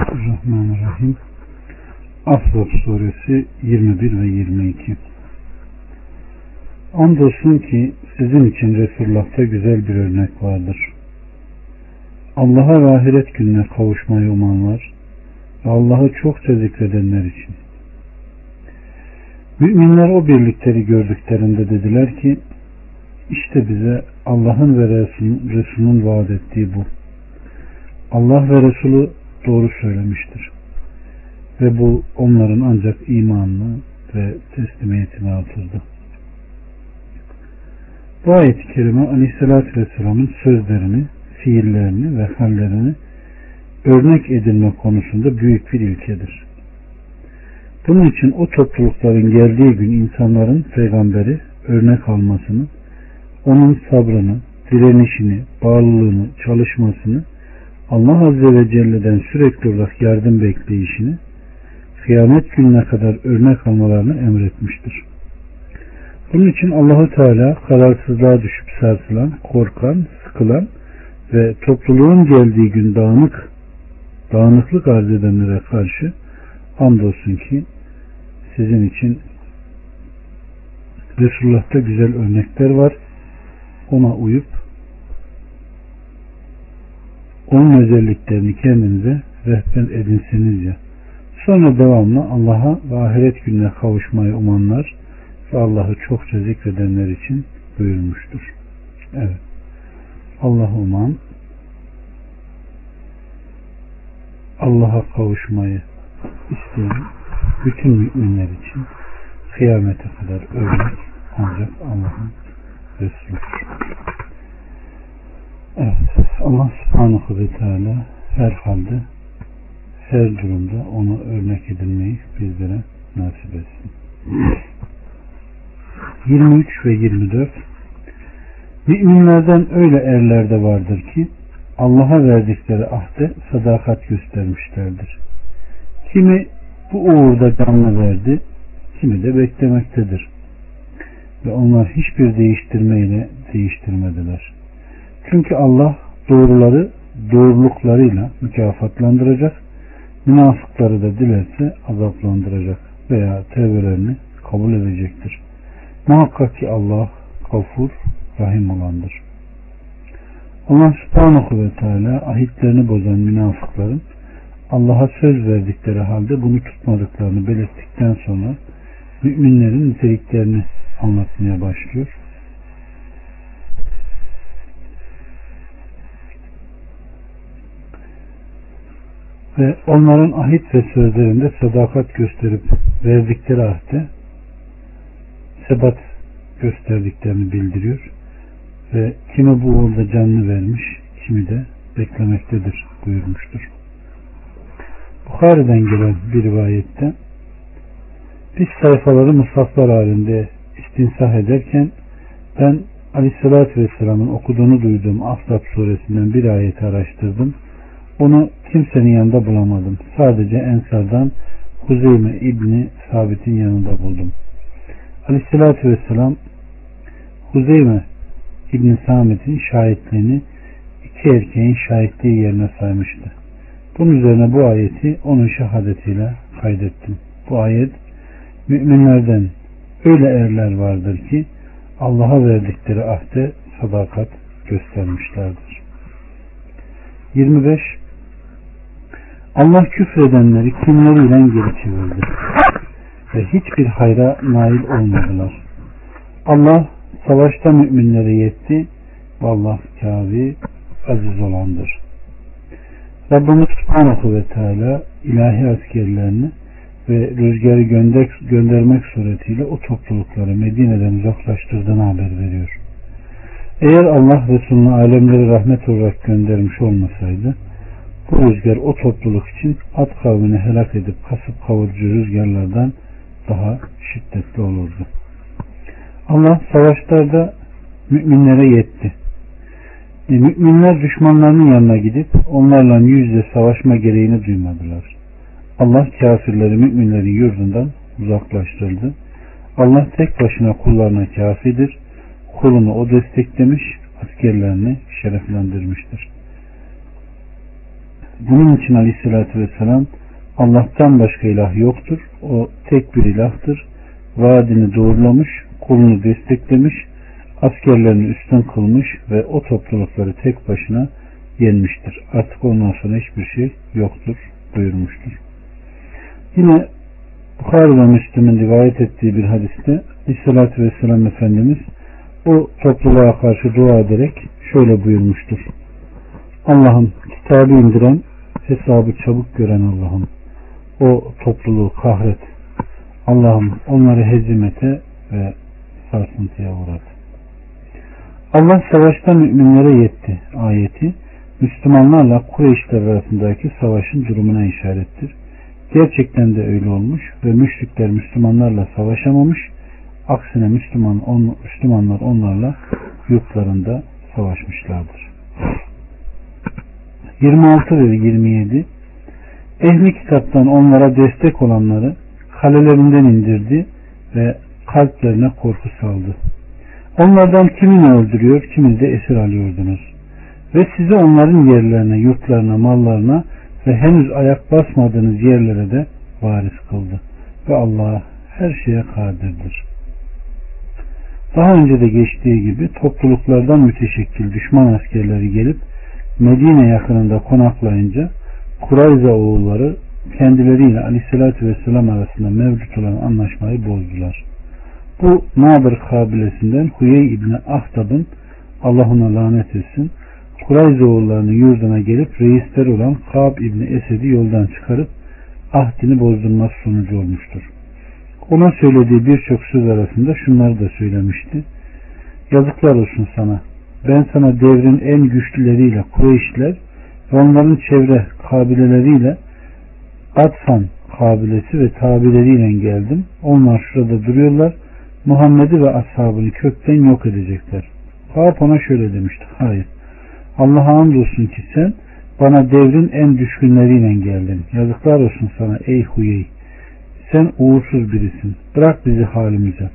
Bismillahirrahmanirrahim. Ahzab suresi 21 ve 22. Andolsun ki sizin için Resulullah'ta güzel bir örnek vardır. Allah'a ve ahiret gününe kavuşmayı umanlar ve Allah'ı çokça zikredenler için. Müminler o birlikleri gördüklerinde dediler ki, işte bize Allah'ın ve Resulünün vaat ettiği bu. Allah ve Resulü doğru söylemiştir. Ve bu onların ancak imanını ve teslimiyetini artırdı. Bu ayet-i kerime Aleyhisselatü Vesselam'ın sözlerini, fiillerini ve hallerini örnek edilme konusunda büyük bir ilkedir. Bunun için o toplulukların geldiği gün insanların peygamberi örnek almasını, onun sabrını, direnişini, bağlılığını, çalışmasını, Allah Azze ve Celle'den sürekli olarak yardım bekleyişini, kıyamet gününe kadar örnek almalarını emretmiştir. Bunun için Allahu Teala kararsızlığa düşüp sarsılan, korkan, sıkılan ve topluluğun geldiği gün dağınıklık arz edenlere karşı andolsun ki sizin için Resulullah'ta güzel örnekler var. Ona uyup onun özelliklerini kendinize rehber edinseniz ya. Sonra devamlı Allah'a ve ahiret gününe kavuşmayı umanlar ve Allah'ı çokça zikredenler için buyurmuştur. Evet. Allah'ı uman, Allah'a kavuşmayı isteyen bütün müminler için kıyamete kadar örnek ancak Allah'ın Resulüdür. Evet. Allah Subhanahu ve Teala her halde, her durumda onu örnek edilmeyi bizlere nasip etsin. 23 ve 24. Müminlerden öyle erler de vardır ki Allah'a verdikleri ahde sadakat göstermişlerdir. Kimi bu uğurda canını verdi, kimi de beklemektedir. Ve onlar hiçbir değiştirmeyle değiştirmediler. Çünkü Allah doğruları doğruluklarıyla mükafatlandıracak, münafıkları da dilerse azaplandıracak veya tevbelerini kabul edecektir. Muhakkak ki Allah gafur, rahim olandır. Allah Subhanahu ve Teala ahitlerini bozan münafıkların Allah'a söz verdikleri halde bunu tutmadıklarını belirttikten sonra müminlerin niteliklerini anlatmaya başlıyor. Ve onların ahit ve sözlerinde sadakat gösterip verdikleri ahde sebat gösterdiklerini bildiriyor. Ve kimi bu uğurda canını vermiş, kimi de beklemektedir buyurmuştur. Bukhari'den gelen bir rivayette biz sayfaları mushaflar halinde istinsah ederken ben Aleyhisselatü Vesselam'ın okuduğunu duyduğum Ahzab suresinden bir ayeti araştırdım. Onu kimsenin yanında bulamadım. Sadece Ensar'dan Huzeyme İbni Sabit'in yanında buldum. Aleyhisselatü Vesselam Huzeyme İbni Sabit'in şahitliğini iki erkeğin şahitliği yerine saymıştı. Bunun üzerine bu ayeti onun şehadetiyle kaydettim. Bu ayet müminlerden öyle erler vardır ki Allah'a verdikleri ahde sadakat göstermişlerdir. 25. Allah küfredenleri kinleriyle geri çevirdi ve hiçbir hayra nail olmadılar. Allah savaşta müminlere yetti. Vallahi kavi aziz olandır. Rabbimiz Subhanahu ve Teala ilahi askerlerini ve rüzgarı göndermek suretiyle o toplulukları Medine'den uzaklaştırdığını haber veriyor. Eğer Allah Resulü'nü alemlere rahmet olarak göndermiş olmasaydı bu rüzgar o topluluk için Ad kavmini helak edip kasıp kavurucu rüzgarlardan daha şiddetli olurdu. Allah savaşlarda müminlere yetti. Müminler düşmanlarının yanına gidip onlarla yüz yüze savaşma gereğini duymadılar. Allah kafirleri müminlerin yurdundan uzaklaştırdı. Allah tek başına kullarına kafidir. Kulunu o desteklemiş, askerlerini şereflendirmiştir. Bunun için Aleyhisselatü Vesselam Allah'tan başka ilah yoktur. O tek bir ilahtır. Vaadini doğrulamış, kulunu desteklemiş, askerlerini üstün kılmış ve o toplulukları tek başına yenmiştir. Artık ondan sonra hiçbir şey yoktur buyurmuştur. Yine Bukhari ve Müslim'in rivayet ettiği bir hadiste Aleyhisselatü Vesselam Efendimiz o topluluğa karşı dua ederek şöyle buyurmuştur. Allah'ım kitabı indiren, hesabı çabuk gören Allah'ım o topluluğu kahret. Allah'ım onları hezimete ve sarsıntıya uğrat. Allah savaşta müminlere yetti ayeti Müslümanlarla Kureyşler arasındaki savaşın durumuna işarettir. Gerçekten de öyle olmuş ve müşrikler Müslümanlarla savaşamamış. Aksine Müslümanlar onlarla yurtlarında savaşmışlardır. 26 ve 27 Ehli kitaptan onlara destek olanları kalelerinden indirdi ve kalplerine korku saldı. Onlardan kimini öldürüyor, kimini de esir alıyordunuz. Ve sizi onların yerlerine, yurtlarına, mallarına ve henüz ayak basmadığınız yerlere de varis kıldı. Ve Allah her şeye kadirdir. Daha önce de geçtiği gibi topluluklardan müteşekkil düşman askerleri gelip Medine yakınında konaklayınca Kurayza oğulları kendileriyle Aleyhisselatü Vesselam arasında mevcut olan anlaşmayı bozdular. Bu Nadir kabilesinden Huyey İbni Ahtab'ın, Allah ona lanet etsin, Kurayza oğullarının yurduna gelip reisler olan Kab İbni Esed'i yoldan çıkarıp ahdini bozdurması sonucu olmuştur. Ona söylediği birçok söz arasında şunları da söylemişti. Yazıklar olsun sana. Ben sana devrin en güçlüleriyle Kureyşler ve onların çevre kabileleriyle Atfan kabilesi ve tabileriyle geldim. Onlar şurada duruyorlar. Muhammed'i ve ashabını kökten yok edecekler. Kâb ona şöyle demişti. Hayır. Allah'a andolsun ki sen bana devrin en düşkünleriyle geldin. Yazıklar olsun sana ey Huyey. Sen uğursuz birisin. Bırak bizi halimize.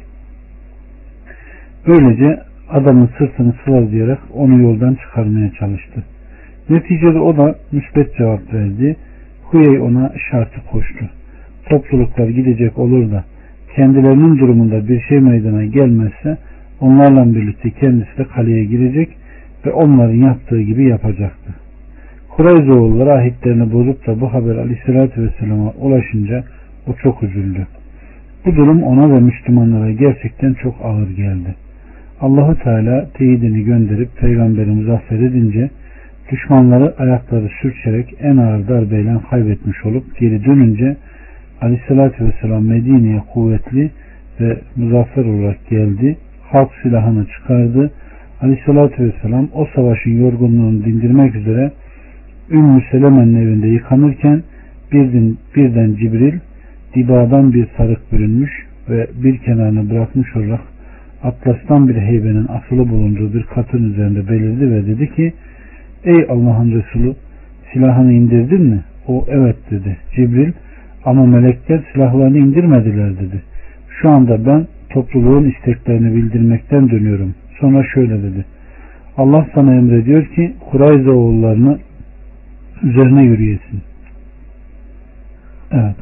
Böylece adamın sırtını sıvazlayarak onu yoldan çıkarmaya çalıştı. Neticede o da müsbet cevap verdi. Huyey ona şartı koştu. Topluluklar gidecek olur da kendilerinin durumunda bir şey meydana gelmezse onlarla birlikte kendisi de kaleye girecek ve onların yaptığı gibi yapacaktı. Kureyzoğulları ahitlerini bozup da bu haber Aleyhisselatü Vesselam'a ulaşınca o çok üzüldü. Bu durum ona ve Müslümanlara gerçekten çok ağır geldi. Allah-u Teala teyidini gönderip peygamberi muzaffer edince düşmanları ayakları sürçerek en ağır darbeyle kaybetmiş olup geri dönünce Aleyhisselatü Vesselam Medine'ye kuvvetli ve muzaffer olarak geldi. Halk silahını çıkardı. Aleyhisselatü Vesselam o savaşın yorgunluğunu dindirmek üzere Ümmü Seleme'nin evinde yıkanırken birden Cibril dibadan bir sarık bürünmüş ve bir kenarını bırakmış olarak atlastan bir heybenin asılı bulunduğu bir katın üzerinde belirdi ve dedi ki ey Allah'ın Resulü silahını indirdin mi? O evet dedi. Cibril ama melekler silahlarını indirmediler dedi. Şu anda ben topluluğun isteklerini bildirmekten dönüyorum. Sonra şöyle dedi. Allah sana emrediyor ki Kurayza oğullarını üzerine yürüyesin. Evet.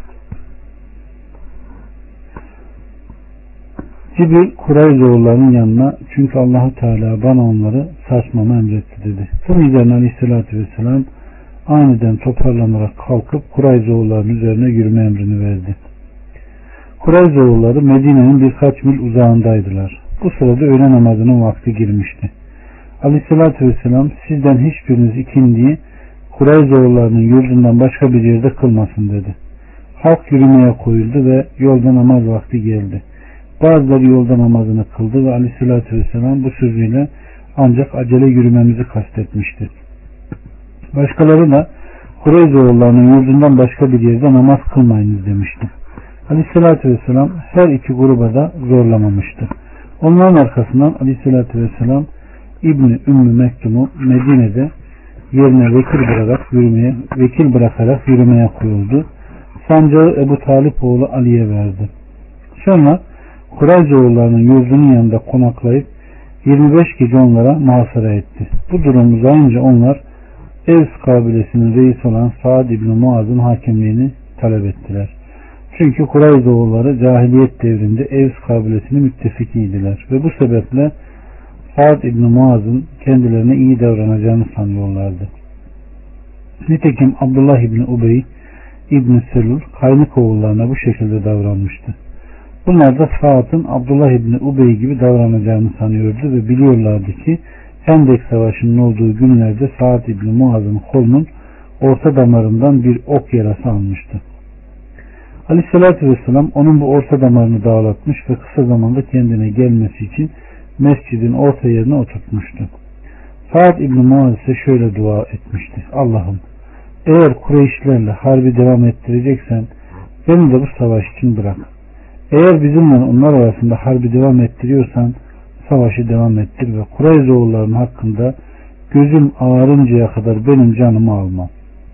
Cibril Kurayza oğullarının yanına çünkü Allah-u Teala bana onları sarsmamı emretti dedi. Bunun üzerine Aleyhisselatü Vesselam aniden toparlanarak kalkıp Kurayza oğullarının üzerine yürüme emrini verdi. Kurayza oğulları Medine'nin birkaç mil uzağındaydılar. Bu sırada öğle namazının vakti girmişti. Aleyhisselatü Vesselam sizden hiçbiriniz ikindiyi Kurayza oğullarının yurdundan başka bir yerde kılmasın dedi. Halk yürümeye koyuldu ve yolda namaz vakti geldi. Bazıları yolda namazını kıldı ve Aleyhisselatü Vesselam bu sözüyle ancak acele yürümemizi kastetmişti. Başkaları da Kureyza oğullarının yurdundan başka bir yerde namaz kılmayınız demişti. Aleyhisselatü Vesselam her iki gruba da zorlamamıştı. Onların arkasından Aleyhisselatü Vesselam İbni Ümmü Mektum'u Medine'de yerine vekil bırakarak yürümeye koyuldu. Sancağı Ebu Talip oğlu Ali'ye verdi. Sonra Kureyza oğullarının yurdunun yanında konaklayıp 25 gece onlara muhasara etti. Bu durum uzayınca onlar Evs kabilesinin reisi olan Sa'd İbni Muaz'ın hakemliğini talep ettiler. Çünkü Kureyzoğulları cahiliyet devrinde Evs kabilesinin müttefikiydiler ve bu sebeple Sa'd İbni Muaz'ın kendilerine iyi davranacağını sanıyorlardı. Nitekim Abdullah İbni Ubey İbni Selul Kaynik oğullarına bu şekilde davranmıştı. Bunlar da Sa'd'ın Abdullah İbni Ubey gibi davranacağını sanıyordu ve biliyorlardı ki Hendek Savaşı'nın olduğu günlerde Sa'd İbni Muaz'ın kolunun orta damarından bir ok yarası almıştı. Aleyhissalatü Vesselam onun bu orta damarını dağlatmış ve kısa zamanda kendine gelmesi için mescidin orta yerine oturtmuştu. Sa'd İbni Muaz ise şöyle dua etmişti. Allah'ım, eğer Kureyşlerle harbi devam ettireceksen beni de bu savaş için bırak. Eğer bizimle onlar arasında harbi devam ettiriyorsan savaşı devam ettir ve Kureyzoğulların hakkında gözüm ağarıncaya kadar benim canımı alma.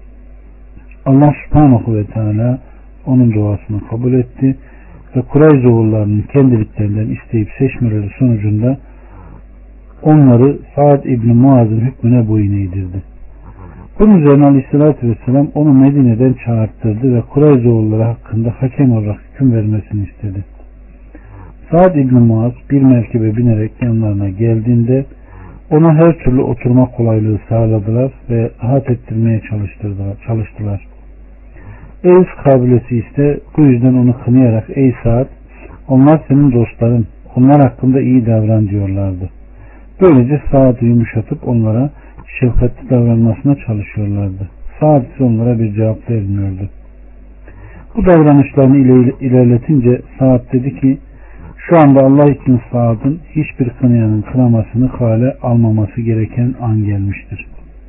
Allah subhanahu ve teala onun duasını kabul etti ve Kureyzoğullarının kendiliklerinden isteyip seçmeleri sonucunda onları Sa'd İbni Muaz'ın hükmüne boyun eğdirdi. Bunun üzerine Aleyhisselatü Vesselam onu Medine'den çağırttırdı ve Kureyzoğulları hakkında hakem olarak hüküm vermesini istedi. Sa'd İbni Muaz bir merkebe binerek yanlarına geldiğinde ona her türlü oturma kolaylığı sağladılar ve rahat ettirmeye çalıştılar. Evs kabilesi ise bu yüzden onu kınayarak ey Sa'd, onlar senin dostların, onlar hakkında iyi davran diyorlardı. Böylece Sa'd'ı yumuşatıp onlara şefkatli davranmasına çalışıyorlardı. Sa'd ise onlara bir cevap vermiyordu. Bu davranışlarını ilerletince Sa'd dedi ki şu anda Allah için Sa'd'ın hiçbir kınayanın kınamasını hale almaması gereken an gelmiştir.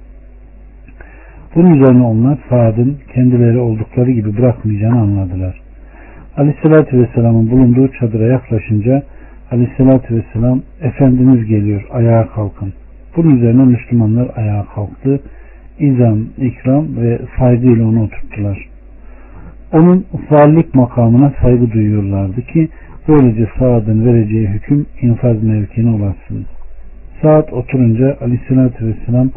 Bunun üzerine onlar Sa'd'ın kendileri oldukları gibi bırakmayacağını anladılar. Aleyhissalatü Vesselam'ın bulunduğu çadıra yaklaşınca Aleyhissalatü Vesselam Efendimiz geliyor, ayağa kalkın. Bunun üzerine Müslümanlar ayağa kalktı. İzam, ikram ve saygıyla onu oturttular. Onun valilik makamına saygı duyuyorlardı ki böylece Sa'd'ın vereceği hüküm infaz mevkine ulaşsın. Sa'd oturunca Aleyhissalatü Vesselam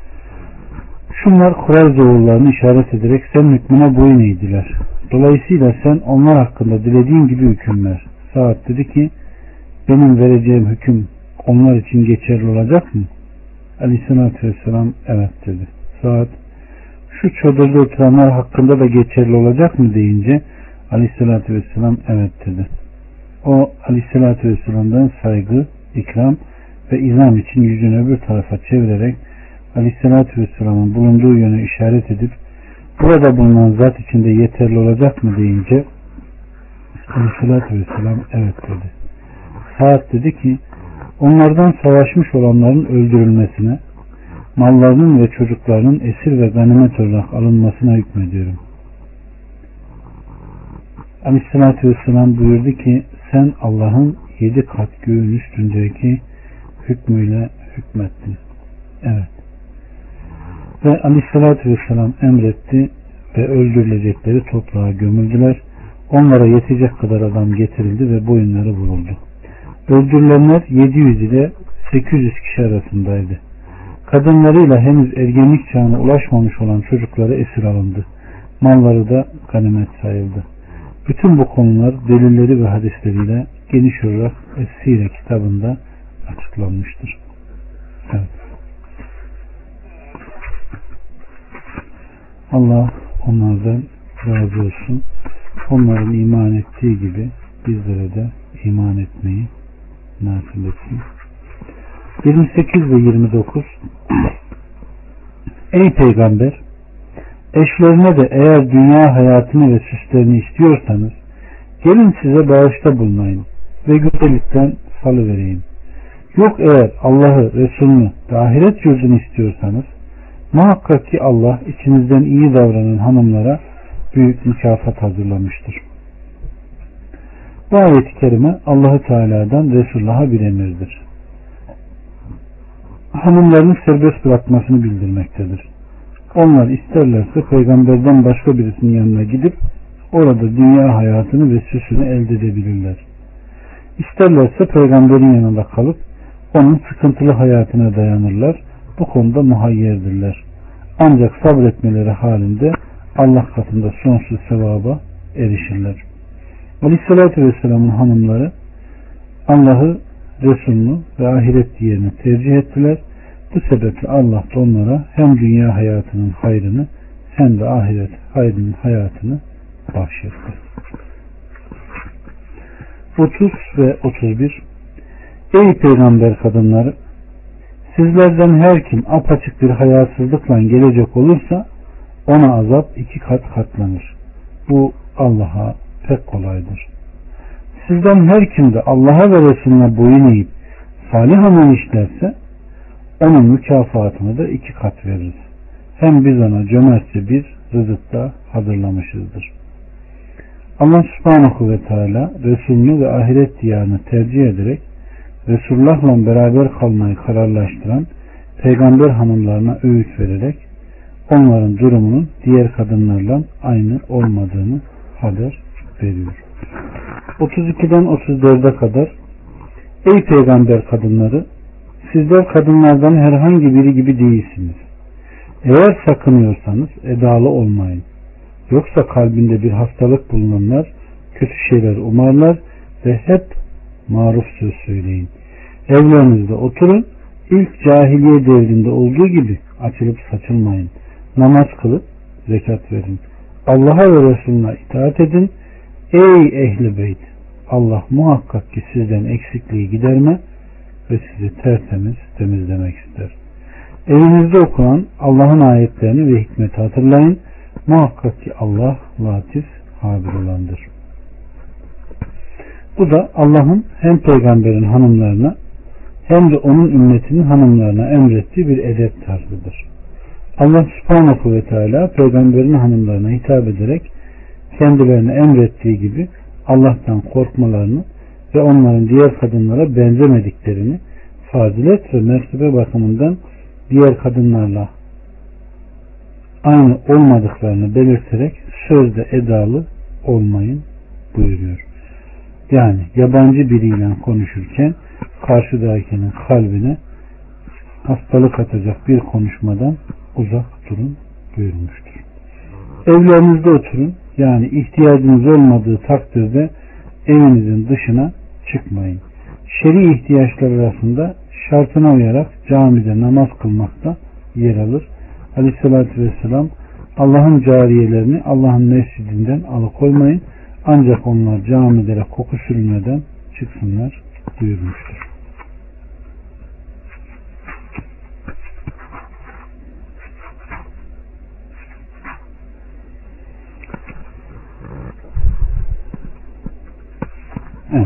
şunlar Kureyzoğullarını işaret ederek senin hükmüne boyun eğdiler. Dolayısıyla sen onlar hakkında dilediğin gibi hüküm ver. Sa'd dedi ki benim vereceğim hüküm onlar için geçerli olacak mı? Aleyhissalatü Vesselam evet dedi. Sa'd şu çadırda oturanlar hakkında da geçerli olacak mı deyince Aleyhissalatü Vesselam evet dedi. O Aleyhissalatü Vesselam'dan saygı, ikram ve izam için yüzünü öbür tarafa çevirerek Aleyhissalatü Vesselam'ın bulunduğu yöne işaret edip burada bulunan zat içinde yeterli olacak mı deyince Aleyhissalatü Vesselam evet dedi. Sa'd dedi ki onlardan savaşmış olanların öldürülmesine, mallarının ve çocuklarının esir ve ganimet olarak alınmasına hükmediyorum. Aleyhissalatü Vesselam buyurdu ki sen Allah'ın 7 kat göğün üstündeki hükmüyle hükmettin. Evet. Ve Aleyhissalatü Vesselam emretti ve öldürülecekleri toprağa gömüldüler. Onlara yetecek kadar adam getirildi ve boyunları vuruldu. Öldürülenler 700 ile 800 kişi arasındaydı. Kadınlarıyla henüz ergenlik çağına ulaşmamış olan çocukları esir alındı. Malları da ganimet sayıldı. Bütün bu konular delilleri ve hadisleriyle geniş olarak Es-Sire kitabında açıklanmıştır. Evet. Allah onlardan razı olsun. Onların iman ettiği gibi bizlere de iman etmeyi nasip etsin. 28 ve 29 Ey Peygamber! Eşlerine de eğer dünya hayatını ve süslerini istiyorsanız gelin size bağışta bulunayım ve güzellikten salıvereyim. Yok eğer Allah'ı, Resulünü ve ahiret yurdunu istiyorsanız muhakkak ki Allah içinizden iyi davranan hanımlara büyük mükafat hazırlamıştır. Bu ayet-i kerime Allah-u Teala'dan Resulullah'a bir emirdir. Hanımlarını serbest bırakmasını bildirmektedir. Onlar isterlerse peygamberden başka birisinin yanına gidip orada dünya hayatını ve süsünü elde edebilirler. İsterlerse peygamberin yanında kalıp onun sıkıntılı hayatına dayanırlar. Bu konuda muhayyerdirler. Ancak sabretmeleri halinde Allah katında sonsuz sevaba erişirler. Aleyhissalatü Vesselam'ın hanımları Allah'ı, Resulünü ve ahiret diğerini tercih ettiler. Bu sebeple Allah da onlara hem dünya hayatının hayrını hem de ahiret hayrının hayatını bahşetti. 30 ve 31 Ey peygamber kadınları, sizlerden her kim apaçık bir hayasızlıkla gelecek olursa ona azap 2 kat katlanır. Bu Allah'a pek kolaydır. Sizden her kim de Allah'a ve Resulüne boyun eğip salih amel işlerse onun mükafatını da 2 kat veririz. Hem biz ona cömertçe bir rızık da hazırlamışızdır. Allah subhanahu ve teala Resulünü ve ahiret diyarını tercih ederek Resulullah'la beraber kalmayı kararlaştıran peygamber hanımlarına öğüt vererek onların durumunun diğer kadınlarla aynı olmadığını haber veriyor. 32'den 34'e kadar Ey peygamber kadınları, sizler kadınlardan herhangi biri gibi değilsiniz. Eğer sakınıyorsanız edalı olmayın. Yoksa kalbinde bir hastalık bulunanlar kötü şeyler umarlar ve hep maruf söz söyleyin. Evlerinizde oturun. İlk cahiliye devrinde olduğu gibi açılıp saçılmayın. Namaz kılıp zekat verin. Allah'a ve Resulüne itaat edin. Ey ehli beyt! Allah muhakkak ki sizden eksikliği giderme ve sizi tertemiz temizlemek ister. Evinizde okunan Allah'ın ayetlerini ve hikmeti hatırlayın. Muhakkak ki Allah latif habir olandır. Bu da Allah'ın hem peygamberin hanımlarına hem de onun ümmetinin hanımlarına emrettiği bir edep tarzıdır. Allah subhanahu ve teala peygamberin hanımlarına hitap ederek kendilerine emrettiği gibi Allah'tan korkmalarını ve onların diğer kadınlara benzemediklerini, fazilet ve mertebe bakımından diğer kadınlarla aynı olmadıklarını belirterek sözde edalı olmayın buyuruyor. Yani yabancı biriyle konuşurken karşıdakinin kalbine hastalık atacak bir konuşmadan uzak durun buyurmuştur. Evlerinizde oturun, yani ihtiyacınız olmadığı takdirde evinizin dışına çıkmayın. Şer'i ihtiyaçlar arasında şartına uyarak camide namaz kılmakta yer alır. Aleyhissalatü vesselam Allah'ın cariyelerini Allah'ın mescidinden alıkoymayın. Ancak onlar camilere koku sürmeden çıksınlar buyurmuştur. Evet.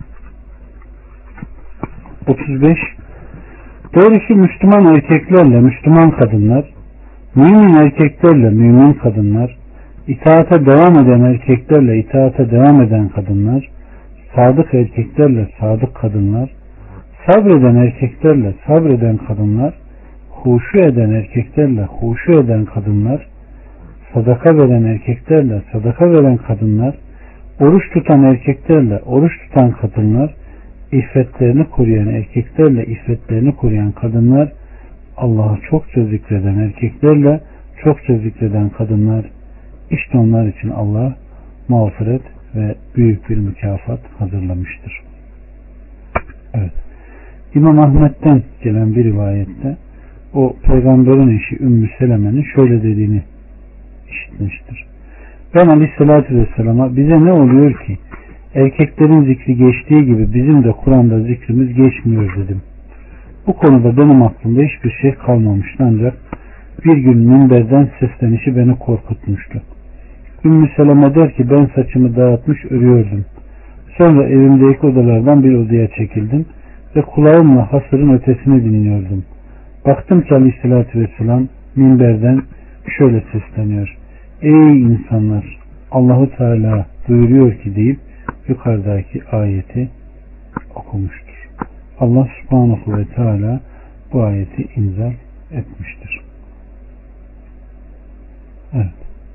35 Doğrusu Müslüman erkeklerle Müslüman kadınlar, mümin erkeklerle mümin kadınlar, itaate devam eden erkeklerle itaate devam eden kadınlar, sadık erkeklerle sadık kadınlar, sabreden erkeklerle sabreden kadınlar, huşu eden erkeklerle huşu eden kadınlar, sadaka veren erkeklerle sadaka veren kadınlar, oruç tutan erkeklerle oruç tutan kadınlar, iffetlerini koruyan erkeklerle iffetlerini koruyan kadınlar, Allah'ı çokça zikreden erkeklerle çokça zikreden kadınlar, işte onlar için Allah mağfiret ve büyük bir mükafat hazırlamıştır. Evet. İmam Ahmet'ten gelen bir rivayette o peygamberin eşi Ümmü Seleme'nin şöyle dediğini işitmiştir. Ben Aleyhisselatü Vesselam'a bize ne oluyor ki erkeklerin zikri geçtiği gibi bizim de Kur'an'da zikrimiz geçmiyor dedim. Bu konuda benim aklımda hiçbir şey kalmamıştı ancak bir gün minberden seslenişi beni korkutmuştu. Ümmü Seleme der ki ben saçımı dağıtmış örüyordum. Sonra evimdeki odalardan bir odaya çekildim ve kulağımla hasırın ötesini dinliyordum. Baktım ki Aleyhisselatü Vesselam minberden şöyle sesleniyor. Ey insanlar! Allahu Teala buyuruyor ki deyip yukarıdaki ayeti okumuştur. Allah Subhanahu ve Teala bu ayeti inzal etmiştir. Evet.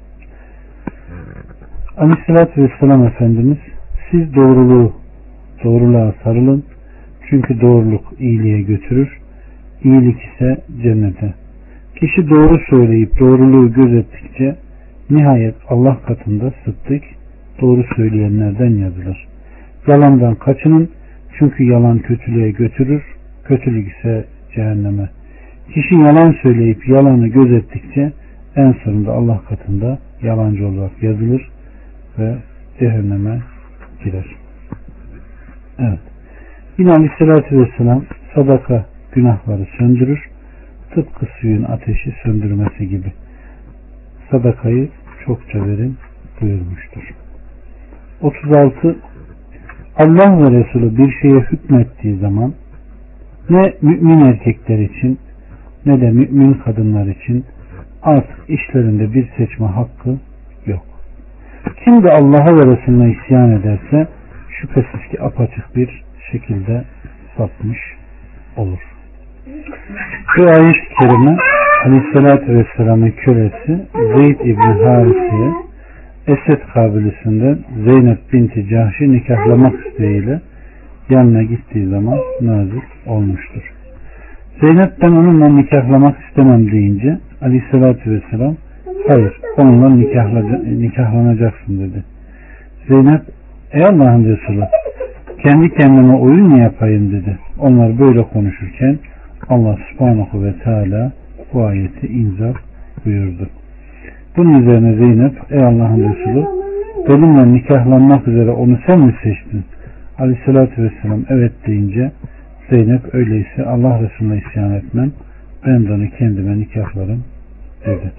Aleyhisselatü Vesselam Efendimiz siz doğruluğa sarılın. Çünkü doğruluk iyiliğe götürür. İyilik ise cennete. Kişi doğru söyleyip doğruluğu gözettikçe nihayet Allah katında sıddık, doğru söyleyenlerden yazılır. Yalandan kaçının, çünkü yalan kötülüğe götürür, kötülük ise cehenneme. Kişi yalan söyleyip yalanı gözettikçe en sonunda Allah katında yalancı olarak yazılır ve cehenneme girer. Evet. Yine Aleyhisselatü Vesselam sadaka günahları söndürür. Tıpkı suyun ateşi söndürmesi gibi. Sadakayı çokça verin buyurmuştur. 36. Allah ve Resulü bir şeye hükmettiği zaman ne mümin erkekler için ne de mümin kadınlar için artık işlerinde bir seçme hakkı yok. Kim de Allah'a ve Resulüne isyan ederse şüphesiz ki apaçık bir şekilde sapmış olur. Bu ayet-i kerime Aleyhisselatü Vesselam'ın kölesi Zeyd İbni Harise'ye Esed kabilesinden Zeynep binti Cahş'i nikahlamak isteğiyle yanına gittiği zaman nazil olmuştur. Zeynep ben onunla nikahlamak istemem deyince Aleyhisselatü Vesselam hayır onunla nikahlanacaksın dedi. Zeynep ey Allah'ın Resulü kendi kendime oyun mu yapayım dedi. Onlar böyle konuşurken Allah subhanahu ve teala bu ayeti inzal buyurdu. Bunun üzerine Zeynep ey Allah'ın Resulü benimle nikahlanmak üzere onu sen mi seçtin? Aleyhissalatü vesselam evet deyince Zeynep öyleyse Allah Resulüne isyan etmem, ben de onu kendime nikahlarım dedi.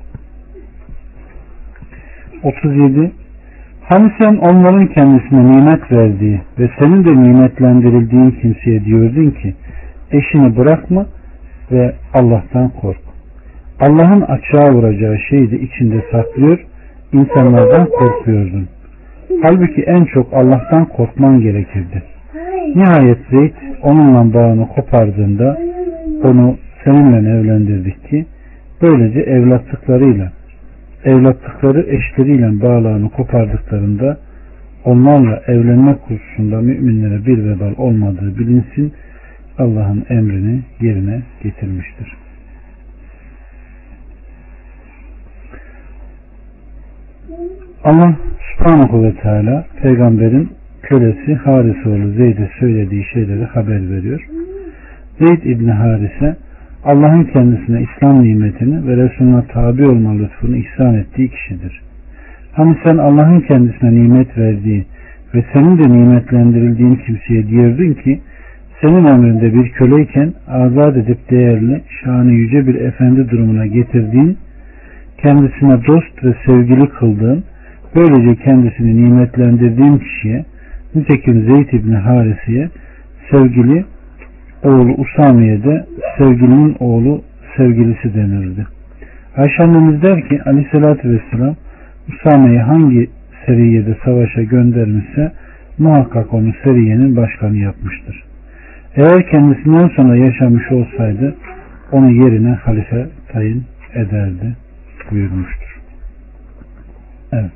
37. Hani sen onların kendisine nimet verdiği ve senin de nimetlendirildiğin kimseye diyordun ki eşini bırakma ve Allah'tan kork. Allah'ın açığa vuracağı şeyi de içinde saklıyor, insanlardan korkuyordun. Halbuki en çok Allah'tan korkman gerekirdi. Nihayet Zeyd onunla bağını kopardığında onu seninle evlendirdik ki böylece evlatlıkları eşleriyle bağlarını kopardıklarında onlarla evlenmek hususunda müminlere bir vebal olmadığı bilinsin, Allah'ın emrini yerine getirmiştir. Allah subhanahu ve teala peygamberin kölesi Harise oğlu Zeyd'e söylediği şeyleri haber veriyor. Zeyd İbni Harise Allah'ın kendisine İslam nimetini ve Resulüne tabi olma lütfunu ihsan ettiği kişidir. Hani sen Allah'ın kendisine nimet verdiği ve senin de nimetlendirildiğin kimseye diyordun ki senin emrinde bir köleyken azat edip değerli, şanı yüce bir efendi durumuna getirdiğin, kendisine dost ve sevgili kıldığın, böylece kendisini nimetlendirdiğin kişiye, nitekim Zeyd İbni Harise'ye sevgili oğlu Usame'ye de sevgilinin oğlu sevgilisi denirdi. Ayşe annemiz der ki Aleyhisselatü Vesselam Usame'yi hangi seriyede savaşa göndermişse muhakkak onu seriyenin başkanı yapmıştır. Eğer kendisinden sonra yaşamış olsaydı onu yerine halife tayin ederdi buyurmuştur. Evet.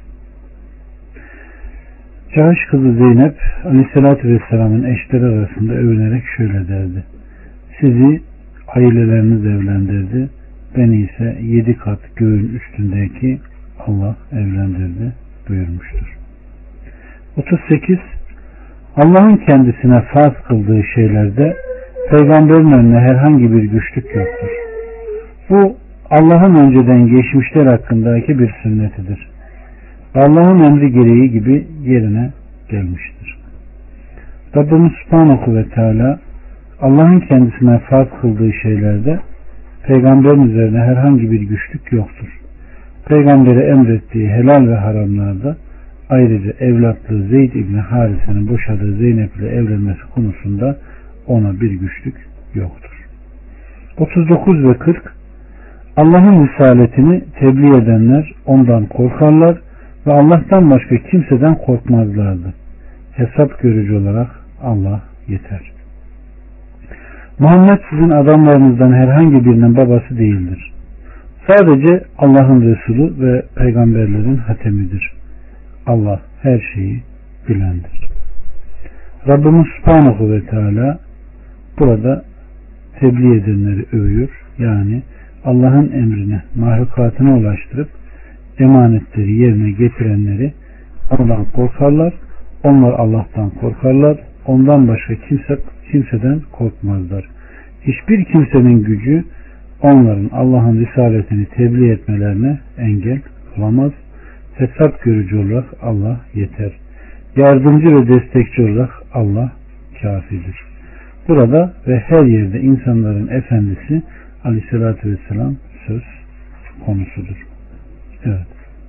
Cahş kızı Zeynep Aleyhisselatü Vesselam'ın eşleri arasında övünerek şöyle derdi. Sizi aileleriniz evlendirdi, beni ise 7 kat göğün üstündeki Allah evlendirdi buyurmuştur. 38. Allah'ın kendisine farz kıldığı şeylerde peygamberin önüne herhangi bir güçlük yoktur. Bu Allah'ın önceden geçmişler hakkındaki bir sünnetidir. Allah'ın emri gereği gibi yerine gelmiştir. Rabbimiz Subhanahu ve Teala Allah'ın kendisine farz kıldığı şeylerde peygamberin üzerine herhangi bir güçlük yoktur. Peygambere emrettiği helal ve haramlarda ayrıca evlatlığı Zeyd İbni Harise'nin boşadığı Zeynep ile evlenmesi konusunda ona bir güçlük yoktur. 39 ve 40 Allah'ın risaletini tebliğ edenler ondan korkarlar ve Allah'tan başka kimseden korkmazlardı. Hesap görücü olarak Allah yeter. Muhammed sizin adamlarınızdan herhangi birinin babası değildir. Sadece Allah'ın Resulü ve peygamberlerin hatemidir. Allah her şeyi bilendir. Rabbimiz Subhanahu ve Teala burada tebliğ edenleri övüyor. Yani Allah'ın emrini mahlukatına ulaştırıp emanetleri yerine getirenleri ondan korkarlar. Onlar Allah'tan korkarlar. Ondan başka kimseden korkmazlar. Hiçbir kimsenin gücü onların Allah'ın risaletini tebliğ etmelerine engel olamaz. Hesap görücü olarak Allah yeter. Yardımcı ve destekçi olarak Allah kafidir. Burada ve her yerde insanların efendisi Aleyhisselatü Vesselam söz konusudur. Evet.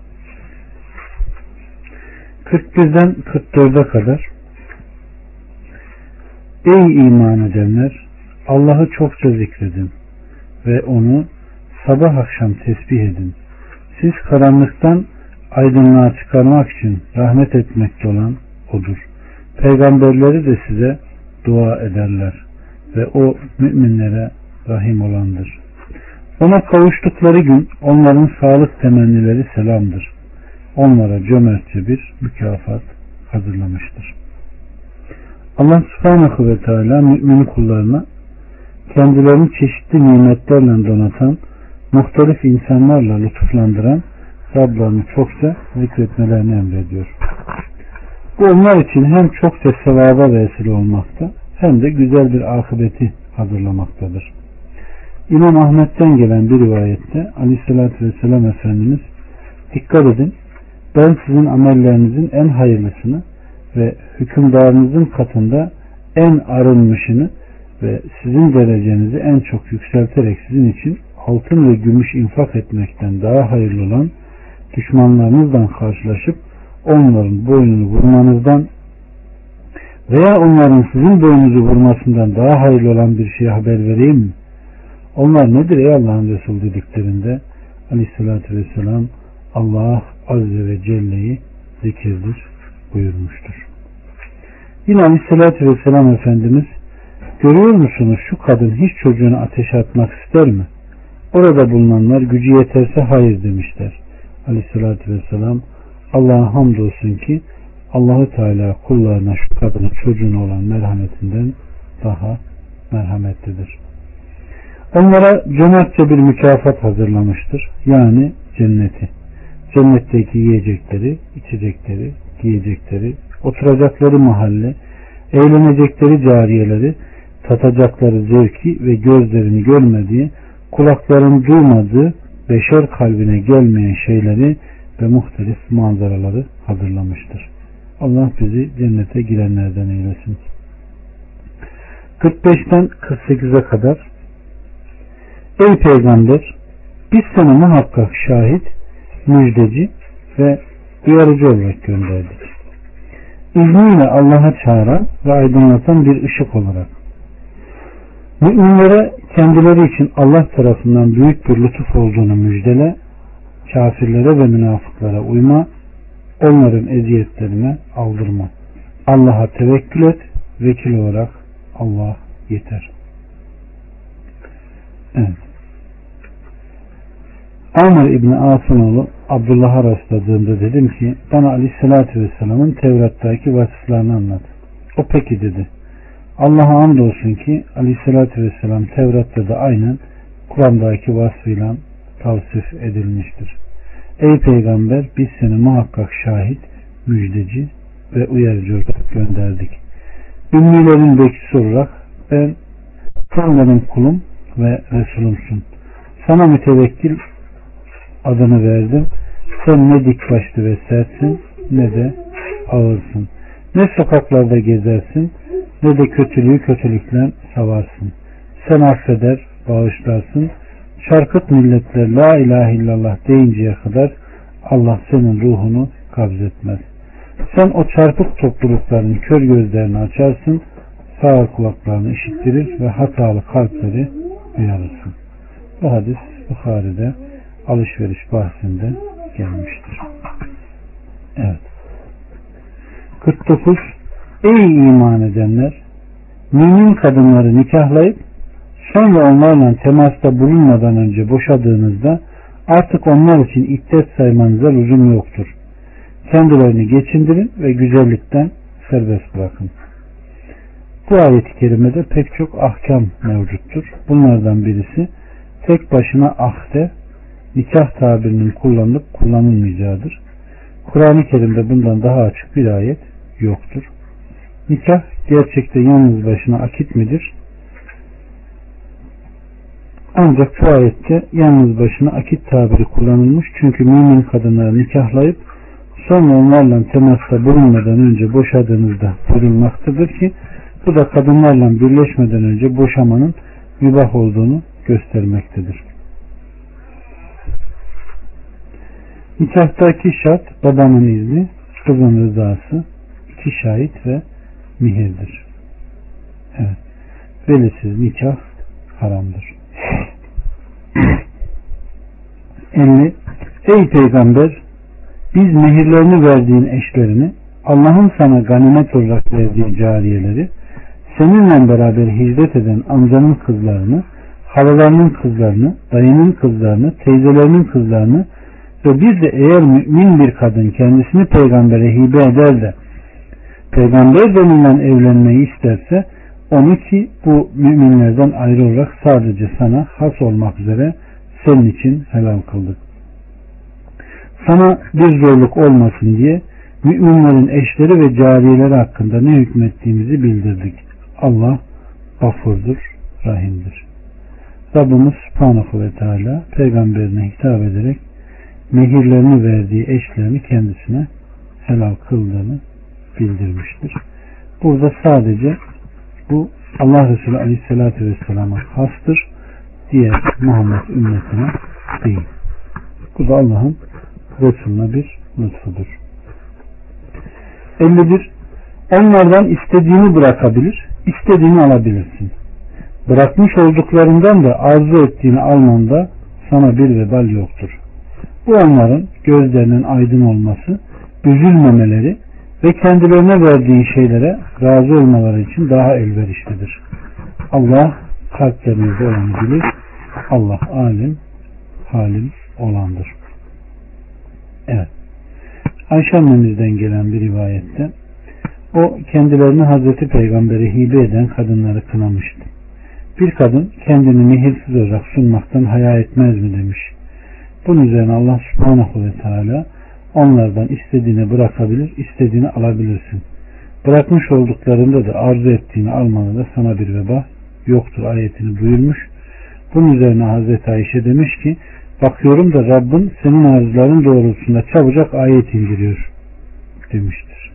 41'den 44'e kadar Ey iman edenler! Allah'ı çokça zikredin ve onu sabah akşam tesbih edin. Siz karanlıktan aydınlığa çıkarmak için rahmet etmekte olan O'dur. Peygamberleri de size dua ederler ve O müminlere rahim olandır. Ona kavuştukları gün onların sağlık temennileri selamdır. Onlara cömertçe bir mükafat hazırlamıştır. Allah subhanahu ve teala mümin kullarına kendilerini çeşitli nimetlerle donatan, muhtelif insanlarla lütuflandıran Rablarını çokça zikretmelerini emrediyor. Bu onlar için hem çokça sevaba vesile olmakta hem de güzel bir akıbeti hazırlamaktadır. İmam Ahmet'ten gelen bir rivayette Aleyhisselatü Vesselam Efendimiz dikkat edin, ben sizin amellerinizin en hayırlısını ve hükümdarınızın katında en arınmışını ve sizin derecenizi en çok yükselterek sizin için altın ve gümüş infak etmekten daha hayırlı olan düşmanlarınızla karşılaşıp onların boynunu vurmanızdan veya onların sizin boynunuzu vurmasından daha hayırlı olan bir şeye haber vereyim mi? Onlar nedir ey Allah'ın Resulü dediklerinde Aleyhisselatü Vesselam Allah Azze ve Celle'yi zikirdir buyurmuştur. Yine Aleyhisselatü Vesselam Efendimiz görüyor musunuz şu kadın hiç çocuğunu ateşe atmak ister mi? Orada bulunanlar gücü yeterse hayır demişler. Aleyhisselatü Vesselam Allah'a hamdolsun ki Allah-u Teala kullarına şu kadının çocuğuna olan merhametinden daha merhametlidir. Onlara cömertçe bir mükafat hazırlamıştır. Yani cenneti. Cennetteki yiyecekleri, içecekleri, giyecekleri, oturacakları mahalle, eğlenecekleri cariyeleri, tatacakları zevki ve gözlerini görmediği, kulakların duymadığı, beşer kalbine gelmeyen şeyleri ve muhtelif manzaraları hazırlamıştır. Allah bizi cennete girenlerden eylesin. 45'ten 48'e kadar Ey Peygamber! Biz sana muhakkak şahit, müjdeci ve uyarıcı olarak gönderdik. İzniyle Allah'a çağıran ve aydınlatan bir ışık olarak. Müminlere kendileri için Allah tarafından büyük bir lütuf olduğunu müjdele, kafirlere ve münafıklara uyma, onların eziyetlerine aldırma. Allah'a tevekkül et, vekil olarak Allah yeter. Evet. Amr İbni As'ın oğlu Abdullah'a rastladığımda dedim ki bana Aleyhisselatü Vesselam'ın Tevrat'taki vasıflarını anlat. O peki dedi. Allah'a andolsun ki Aleyhisselatü Vesselam Tevrat'ta da aynen Kur'an'daki vasfıyla tavsif edilmiştir. Ey Peygamber biz seni muhakkak şahit, müjdeci ve uyarıcı olarak gönderdik. Ümmilerin bekçisi olarak sen benim kulum ve Resulümsün. Sana mütevekkil adını verdim. Sen ne dik başlı ve sertsin ne de ağırsın. Ne sokaklarda gezersin ne de kötülüğü kötülükle savarsın. Sen affeder, bağışlarsın. Çarkıt milletler la ilahe illallah deyinceye kadar Allah senin ruhunu kabzetmez. Sen o çarpık toplulukların kör gözlerini açarsın, sağır kulaklarını işittirir ve hatalı kalpleri uyarırsın. Bu hadis Bukhari'de alışveriş bahsinde gelmiştir. Evet. 49. Ey iman edenler! Mümin kadınları nikahlayıp sonra onlarla temasta bulunmadan önce boşadığınızda artık onlar için iddet saymanıza lüzum yoktur. Kendilerini geçindirin ve güzellikten serbest bırakın. Bu ayet-i kerimede pek çok ahkam mevcuttur. Bunlardan birisi tek başına ahde, nikah tabirinin kullanılıp kullanılmayacağıdır. Kur'an-ı Kerim'de bundan daha açık bir ayet yoktur. Nikah gerçekte yalnız başına akit midir? Ancak bu ayette yalnız başına akit tabiri kullanılmış. Çünkü mümin kadınları nikahlayıp sonra onlarla temasta bulunmadan önce boşadığınızda buyurulmaktadır ki bu da kadınlarla birleşmeden önce boşamanın mübah olduğunu göstermektedir. Nikahtaki şart babanın izni, kızın rızası, 2 şahit ve mihirdir. Evet. Velisiz nikah haramdır. 50. Ey Peygamber, biz mehirlerini verdiğin eşlerini, Allah'ın sana ganimet olarak verdiği cariyeleri, seninle beraber hicret eden amcanın kızlarını, halalarının kızlarını, dayının kızlarını, teyzelerinin kızlarını ve bir de eğer mümin bir kadın kendisini peygambere hibe eder de peygamber denilen evlenmeyi isterse onu ki bu müminlerden ayrı olarak sadece sana has olmak üzere senin için helal kıldık. Sana bir zorluk olmasın diye müminlerin eşleri ve cariyeleri hakkında ne hükmettiğimizi bildirdik. Allah gafurdur, rahimdir. Rabbimiz Subhanahu ve Teala peygamberine hitap ederek mehirlerini verdiği eşlerini kendisine helal kıldığını bildirmiştir. Burada sadece bu Allah Resulü Aleyhisselatü Vesselam'a hastır. Diğer Muhammed ümmetine değil. Bu da Allah'ın Resulüne bir lütfudur. 51. Onlardan istediğini bırakabilir, istediğini alabilirsin. Bırakmış olduklarından da arzu ettiğini almanda sana bir vebal yoktur. Bu onların gözlerinin aydın olması, üzülmemeleri ve kendilerine verdiği şeylere razı olmaları için daha elverişlidir. Allah kalplerinizde olanı bilir. Allah alim, halim olandır. Evet. Ayşe annemizden gelen bir rivayette o kendilerini Hazreti Peygamber'e hibe eden kadınları kınamıştı. Bir kadın kendini mihirsiz olarak sunmaktan haya etmez mi demiş. Bunun üzerine Allah Subhanahu ve Teala onlardan istediğini bırakabilir, istediğini alabilirsin. Bırakmış olduklarında da arzu ettiğini almada da sana bir veba yoktur ayetini buyurmuş. Bunun üzerine Hazreti Ayşe demiş ki bakıyorum da Rabbin senin arzuların doğrultusunda çabucak ayet indiriyor demiştir.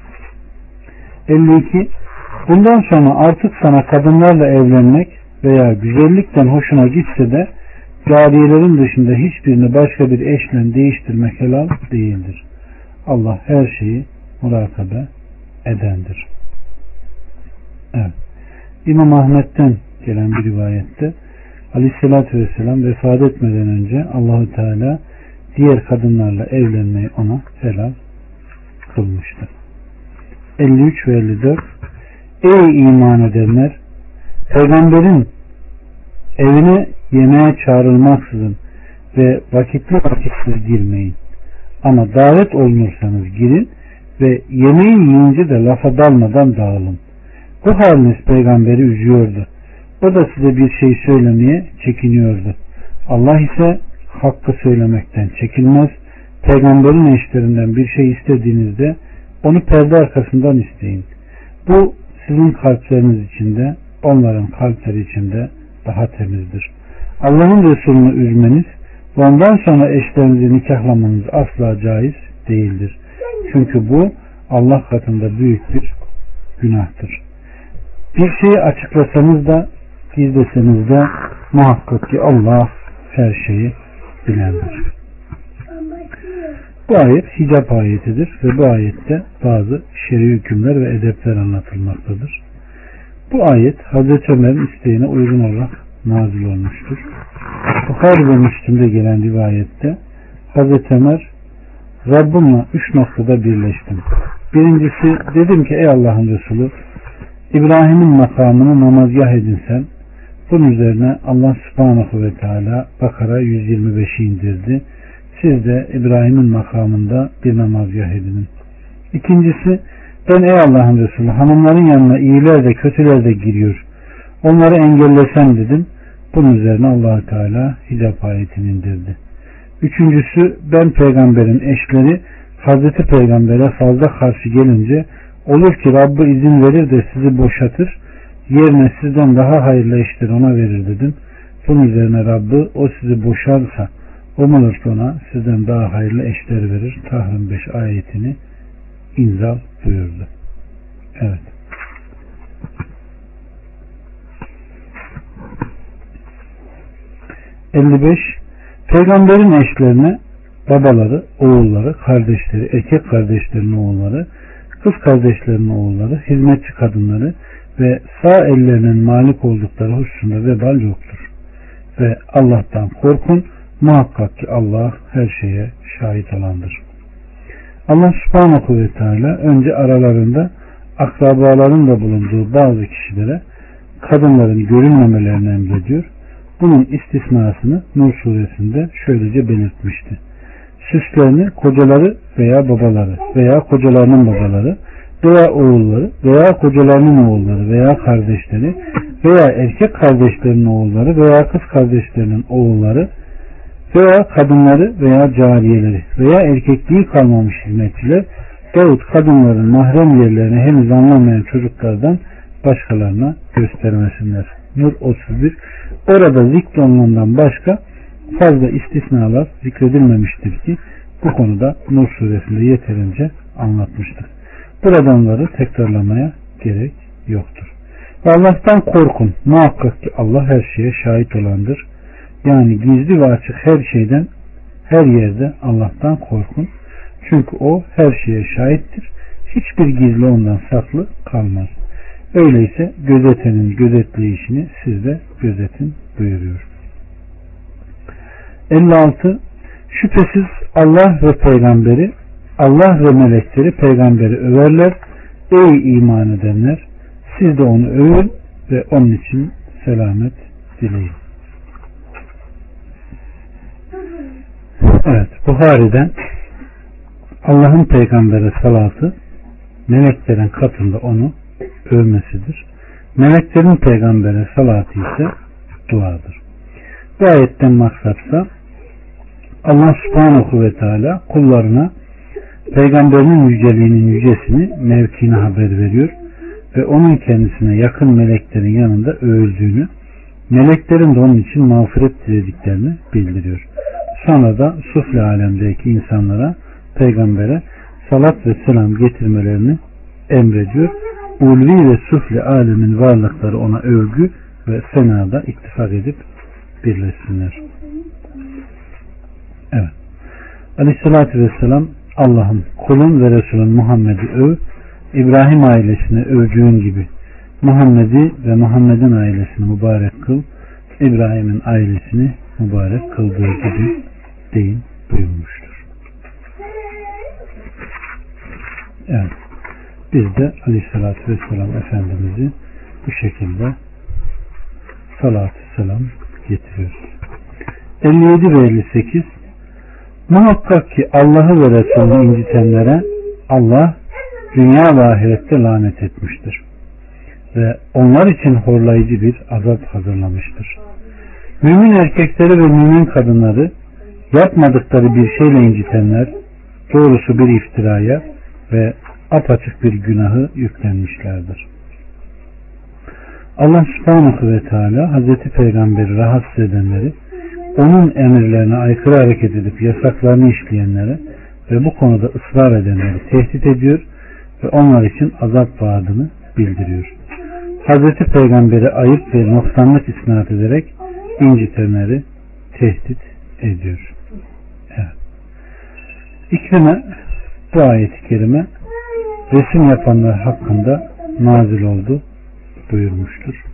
52. Bundan sonra artık sana kadınlarla evlenmek veya güzellikten hoşuna gitse de cariyelerin dışında hiçbirini başka bir eşle değiştirmek helal değildir. Allah her şeyi murakabe edendir. Evet. İmam Ahmet'ten gelen bir rivayette Aleyhisselatü Vesselam vefat etmeden önce Allahu Teala diğer kadınlarla evlenmeyi ona helal kılmıştır. 53 ve 54. Ey iman edenler, peygamberin evine yemeğe çağrılmaksızın ve vakitli vakitsiz girmeyin. Ama davet olunursanız girin ve yemeği yiyince de lafa dalmadan dağılın. Bu haliniz peygamberi üzüyordu. O da size bir şey söylemeye çekiniyordu. Allah ise hakkı söylemekten çekinmez. Peygamberin eşlerinden bir şey istediğinizde onu perde arkasından isteyin. Bu sizin kalpleriniz içinde, onların kalpleri içinde daha temizdir. Allah'ın Resulü'nü üzmeniz ve ondan sonra eşlerinizi nikahlamanız asla caiz değildir. Çünkü bu Allah katında büyük bir günahtır. Bir şeyi açıklasanız da gizleseniz de muhakkak ki Allah her şeyi bilendir. Bu ayet hicap ayetidir ve bu ayette bazı şer'i hükümler ve edepler anlatılmaktadır. Bu ayet Hazreti Ömer'in isteğine uygun olarak nazil olmuştur. Bukhari ve Müslim'de gelen rivayette Hazreti Ömer Rabbimle 3 noktada birleştim. Birincisi dedim ki ey Allah'ın Resulü İbrahim'in makamını namazgah edinsen. Bunun üzerine Allah Subhanahu ve Teala Bakara 125'i indirdi. Siz de İbrahim'in makamında bir namazgah edinin. İkincisi ben ey Allah'ın Resulü hanımların yanına iyiler de kötüler de giriyor. Onları engellesem dedim. Bunun üzerine Allah Teala hicap ayetini indirdi. Üçüncüsü, ben peygamberin eşleri Hazreti Peygamber'e fazla karşı gelince olur ki Rabb'i izin verir de sizi boşatır, yerine sizden daha hayırlı eşleri ona verir dedim. Bunun üzerine Rabb'i o sizi boşarsa umulur ki ona sizden daha hayırlı eşler verir. Tahrim 5 ayetini inzal buyurdu. Evet. Peygamberin eşlerine babaları, oğulları, kardeşleri, erkek kardeşlerinin oğulları, kız kardeşlerinin oğulları, hizmetçi kadınları ve sağ ellerinin malik oldukları hususunda vebal yoktur. Ve Allah'tan korkun, muhakkak ki Allah her şeye şahit olandır. Allah subhanahu ve teala önce aralarında akrabaların da bulunduğu bazı kişilere kadınların görünmemelerini emrediyor. Bunun istisnasını Nur suresinde şöylece belirtmişti. Süslerini kocaları veya babaları veya kocalarının babaları veya oğulları veya kocalarının oğulları veya kardeşleri veya erkek kardeşlerinin oğulları veya kız kardeşlerinin oğulları veya kadınları veya cariyeleri veya erkekliği kalmamış hizmetçiler yahut kadınların mahrem yerlerini henüz anlamayan çocuklardan başkalarına göstermesinler. Nur 31. Orada zikrolunandan başka fazla istisnalar zikredilmemiştir ki bu konuda Nur suresinde yeterince anlatmıştık. Burada onları tekrarlamaya gerek yoktur. Ve Allah'tan korkun. Muhakkak ki Allah her şeye şahit olandır. Yani gizli ve açık her şeyden, her yerde Allah'tan korkun. Çünkü o her şeye şahittir. Hiçbir gizli ondan saklı kalmaz. Öyleyse gözetenin gözetleyişini siz de gözetin buyuruyor. 56. Şüphesiz Allah ve peygamberi, Allah ve melekleri peygamberi överler. Ey iman edenler! Siz de onu övün ve onun için selamet dileyin. Evet, Buhari'den Allah'ın peygambere salatı meleklerin katında onu övmesidir. Meleklerin peygambere salatı ise duadır. Bu ayetten maksatsa Allah subhanahu ve teala kullarına peygamberinin yüceliğinin yücesini, mevkini haber veriyor ve onun kendisine yakın meleklerin yanında övüldüğünü, meleklerin de onun için mağfiret dilediklerini bildiriyor. Sonra da sufle alemdeki insanlara peygambere salat ve selam getirmelerini emrediyor. Ulvi ve sufle alemin varlıkları ona övgü ve senada ittifak edip birleşsinler. Evet. Aleyhissalatü vesselam Allah'ın kulun ve Resulün Muhammed'i öv, İbrahim ailesine övdüğün gibi Muhammed'i ve Muhammed'in ailesini mübarek kıl, İbrahim'in ailesini mübarek kıldığı gibi deyin buyurmuştur. Evet. Biz de Aleyhisselatü Vesselam Efendimiz'i bu şekilde salatü selam getiriyoruz. 57 ve 58. Muhakkak ki Allah'ı ve Resulünü incitenlere Allah dünya ve ahirette lanet etmiştir. Ve onlar için horlayıcı bir azap hazırlamıştır. Mümin erkekleri ve mümin kadınları yapmadıkları bir şeyle incitenler doğrusu bir iftiraya ve apaçık bir günahı yüklenmişlerdir. Allah subhanahu ve teala Hazreti Peygamber'i rahatsız edenleri, onun emirlerine aykırı hareket edip yasaklarını işleyenlere ve bu konuda ısrar edenleri tehdit ediyor ve onlar için azap vaadini bildiriyor. Hazreti Peygamber'i ayıp ve noksanlık isnat ederek incitenleri tehdit ediyor. Evet. İkrime bu ayet-i kerime resim yapanlar hakkında nazil oldu buyurmuştur.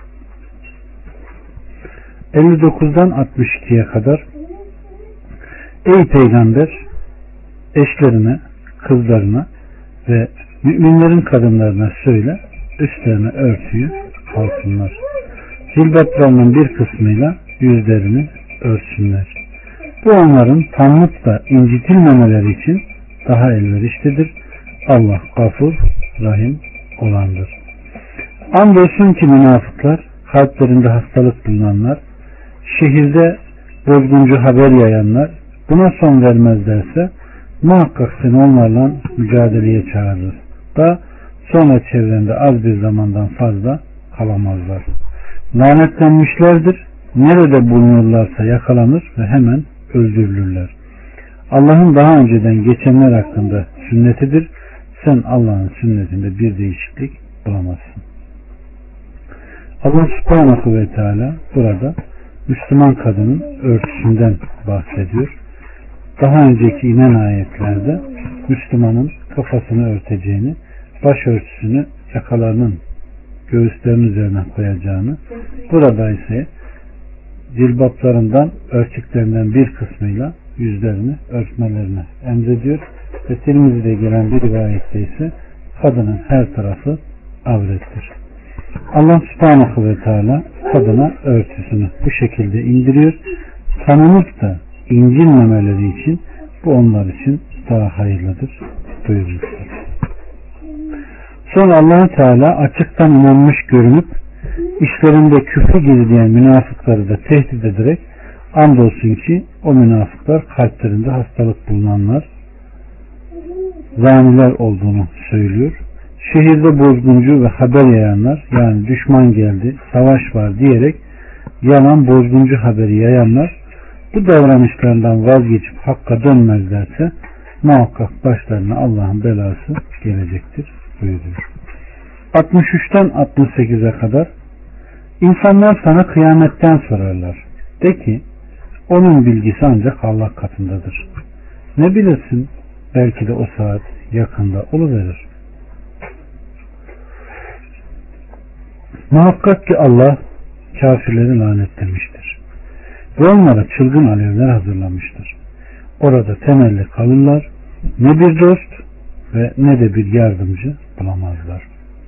59'dan 62'ye kadar ey peygamber eşlerine, kızlarına ve müminlerin kadınlarına söyle üstlerine örtüyü alsınlar. Zilbatlarının bir kısmıyla yüzlerini örtsünler. Bu onların tanlıkla incitilmemeleri için daha elverişlidir. Allah gafur, rahim olandır. Andolsun ki münafıklar, kalplerinde hastalık bulunanlar, şehirde bozguncu haber yayanlar buna son vermezlerse muhakkak seni onlarla mücadeleye çağırırız da sonra çevrende az bir zamandan fazla kalamazlar. Lanetlenmişlerdir. Nerede bulunurlarsa yakalanır ve hemen öldürülürler. Allah'ın daha önceden geçenler hakkında sünnetidir. Sen Allah'ın sünnetinde bir değişiklik bulamazsın. Allah subhanahu ve teala burada Müslüman kadının örtüsünden bahsediyor. Daha önceki inen ayetlerde Müslümanın kafasını örteceğini, başörtüsünü yakalarının göğüslerinin üzerine koyacağını, burada ise cilbaplarından, örtüklerinden bir kısmıyla yüzlerini örtmelerini emrediyor. Ve Tirmizi'de gelen bir rivayette ise kadının her tarafı avrettir. Allah subhanahu ve teala kadına örtüsünü bu şekilde indiriyor. Tanınıp da incinmemeleri için bu onlar için daha hayırlıdır buyurmuştur. Sonra Allah Teala açıktan inanmış görünüp işlerinde küfrü gizleyen münafıkları da tehdit ederek andolsun ki o münafıklar kalplerinde hastalık bulunanlar, zaniler olduğunu söylüyor. Şehirde bozguncu ve haber yayanlar, yani düşman geldi, savaş var diyerek yalan bozguncu haberi yayanlar bu davranışlarından vazgeçip hakka dönmezlerse muhakkak başlarına Allah'ın belası gelecektir buyuruyor. 63'ten 68'e kadar insanlar sana kıyametten sorarlar. De ki onun bilgisi ancak Allah katındadır. Ne bilirsin? Belki de o saat yakında oluverir. Muhakkak ki Allah kafirleri lanetlemiştir. Ve onlara çılgın alevler hazırlamıştır. Orada temelli kalırlar. Ne bir dost ve ne de bir yardımcı bulamazlar.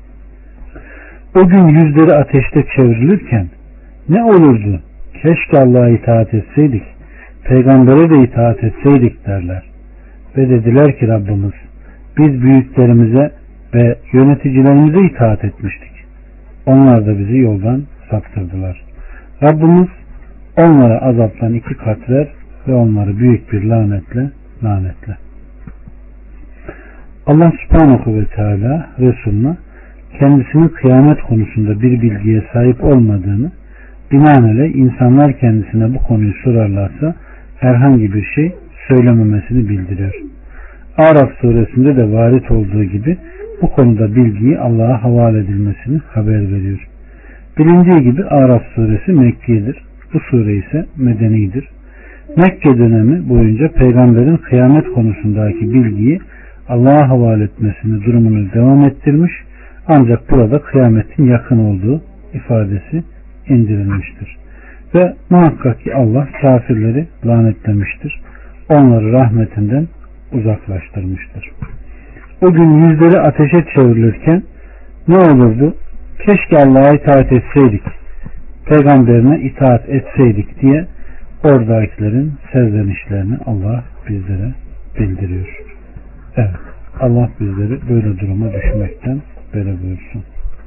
O gün yüzleri ateşte çevrilirken ne olurdu? Keşke Allah'a itaat etseydik, peygambere de itaat etseydik derler. Ve dediler ki Rabbimiz, biz büyüklerimize ve yöneticilerimize itaat etmiştik. Onlar da bizi yoldan saptırdılar. Rabbimiz onlara azaptan 2 kat ver ve onları büyük bir lanetle. Allah subhanahu ve teala Resulüne kendisinin kıyamet konusunda bir bilgiye sahip olmadığını, binaenaleyh insanlar kendisine bu konuyu sorarlarsa herhangi bir şey söylememesini bildiriyor. Araf suresinde de varit olduğu gibi bu konuda bilgiyi Allah'a havale edilmesini haber veriyor. Bilindiği gibi Araf suresi Mekki'dir. Bu sure ise Medeni'dir. Mekke dönemi boyunca peygamberin kıyamet konusundaki bilgiyi Allah'a havale etmesini durumunu devam ettirmiş, ancak burada kıyametin yakın olduğu ifadesi indirilmiştir. Ve muhakkak ki Allah kafirleri lanetlemiştir. Onları rahmetinden uzaklaştırmıştır. O gün yüzleri ateşe çevrilirken ne olurdu? Keşke Allah'a itaat etseydik, peygamberine itaat etseydik diye oradakilerin serzenişlerini Allah bizlere bildiriyor. Evet, Allah bizleri böyle duruma düşmekten beri buyursun.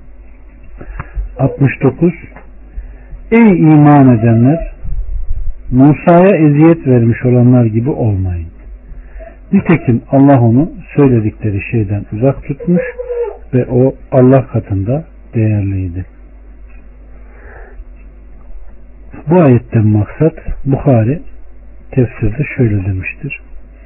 69. Ey iman edenler! Musa'ya eziyet vermiş olanlar gibi olmayın. Nitekim Allah onu söyledikleri şeyden uzak tutmuş ve o Allah katında değerliydi. Bu ayetten maksat Buhari tefsirde şöyle demiştir.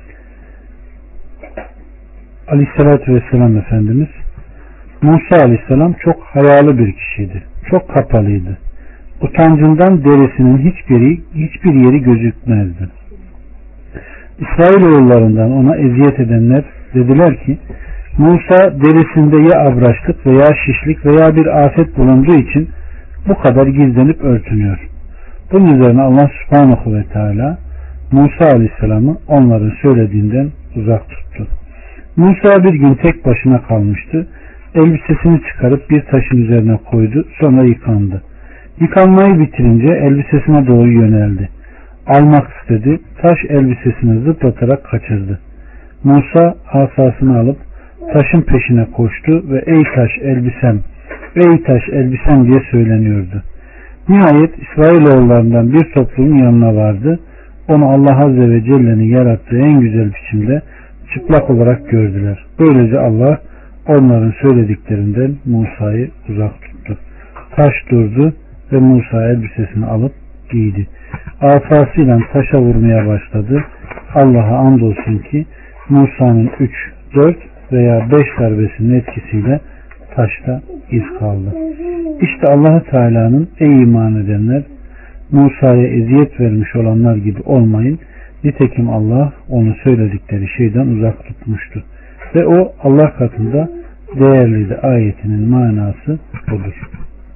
Aleyhissalatü vesselam Efendimiz Musa Aleyhisselam çok hayalı bir kişiydi. Çok kapalıydı. Utancından derisinin hiçbir yeri gözükmezdi. İsrailoğullarından ona eziyet edenler dediler ki Musa derisinde ya abraçlık veya şişlik veya bir afet bulunduğu için bu kadar gizlenip örtünüyor. Bunun üzerine Allah subhanahu ve teala Musa Aleyhisselam'ı onların söylediğinden uzak tuttu. Musa bir gün tek başına kalmıştı. Elbisesini çıkarıp bir taşın üzerine koydu. Sonra yıkandı. Yıkanmayı bitirince elbisesine doğru yöneldi. Almak istedi. Taş elbisesini zıplatarak kaçırdı. Musa asasını alıp taşın peşine koştu ve ey taş elbisem, ey taş elbisem diye söyleniyordu. Nihayet İsrailoğullarından bir toplumun yanına vardı. Onu Allah Azze ve Celle'nin yarattığı en güzel biçimde çıplak olarak gördüler. Böylece Allah onların söylediklerinden Musa'yı uzak tuttu. Taş durdu ve Musa elbisesini alıp giydi. Asasıyla taşa vurmaya başladı. Allah'a andolsun ki Musa'nın 3, 4 veya 5 darbesinin etkisiyle taşta iz kaldı. İşte Allah Teala'nın ey iman edenler, Musa'ya eziyet vermiş olanlar gibi olmayın. Nitekim Allah onu söyledikleri şeyden uzak tutmuştu. Ve o Allah katında değerliydi. Ayetinin manası budur.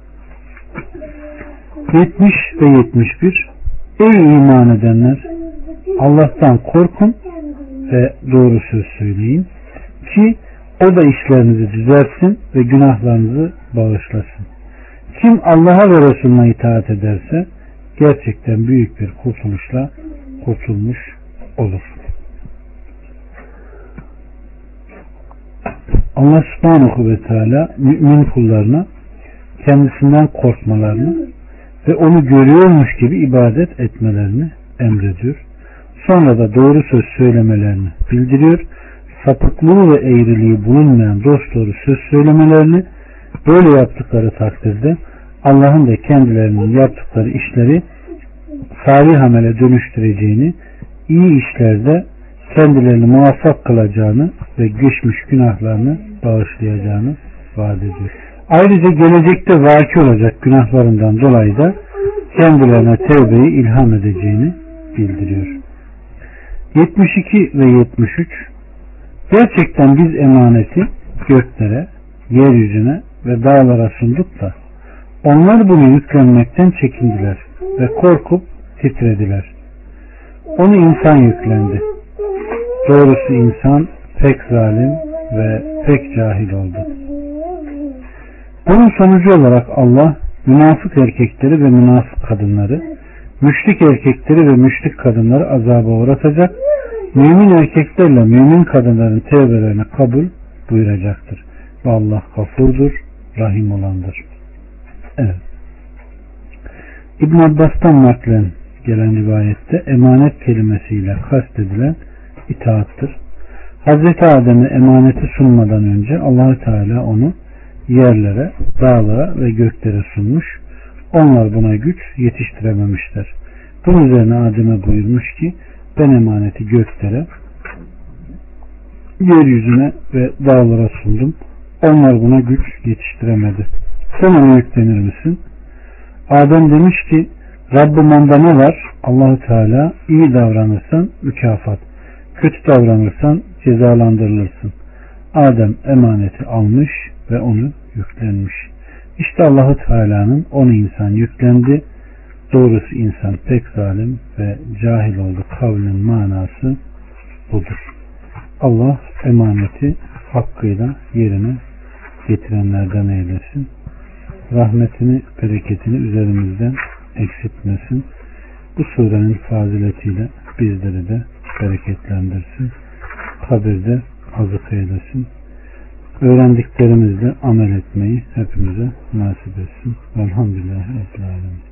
70 ve 71. Ey iman edenler, Allah'tan korkun ve doğru söz söyleyin ki o da işlerinizi düzeltsin ve günahlarınızı bağışlasın. Kim Allah'a ve Resulüne itaat ederse gerçekten büyük bir kurtuluşla kurtulmuş olur. Allah subhanahu ve teala mümin kullarına kendisinden korkmalarını ve onu görüyormuş gibi ibadet etmelerini emrediyor. Sonra da doğru söz söylemelerini bildiriyor. Sapıklığı ve eğriliği bulunmayan dosdoğru söz söylemelerini, böyle yaptıkları takdirde Allah'ın da kendilerinin yaptıkları işleri salih amele dönüştüreceğini, iyi işlerde kendilerini muvaffak kılacağını ve geçmiş günahlarını bağışlayacağını vaat ediyor. Ayrıca gelecekte vaki olacak günahlarından dolayı da kendilerine tevbeyi ilham edeceğini bildiriyor. 72 ve 73. Gerçekten biz emaneti göklere, yeryüzüne ve dağlara sunduk da onlar bunu yüklenmekten çekindiler ve korkup titrediler. Onu insan yüklendi. Doğrusu insan pek zalim ve pek cahil oldu. Bunun sonucu olarak Allah münafık erkekleri ve münafık kadınları, müşrik erkekleri ve müşrik kadınları azaba uğratacak, mümin erkeklerle mümin kadınların tevbelerini kabul buyuracaktır. Ve Allah gafurdur, rahim olandır. Evet. İbn Abbas'tan naklen gelen rivayette emanet kelimesiyle kastedilen itaattır. Hazreti Adem'e emaneti sunmadan önce Allah Teala onu yerlere, dağlara ve göklere sunmuş. Onlar buna güç yetiştirememişler. Bunun üzerine Adem'e buyurmuş ki ben emaneti göklere, yeryüzüne ve dağlara sundum. Onlar buna güç yetiştiremedi. Sen ona yüklenir misin? Adem demiş ki Rabbim onda ne var? Allah-u Teala iyi davranırsan mükafat, kötü davranırsan cezalandırılırsın. Adem emaneti almış ve onu yüklenmiş. İşte Allah-u Teala'nın onu insan yüklendi. Doğrusu insan pek zalim ve cahil oldu. Kavlin manası budur. Allah emaneti hakkıyla yerine getirenlerden eylesin. Rahmetini, bereketini üzerimizden eksiltmesin. Bu surenin faziletiyle bizleri de bereketlendirsin. Kabirde azık eylesin. Öğrendiklerimizle amel etmeyi hepimize nasip etsin. Elhamdülillahi Rabbil Alemin.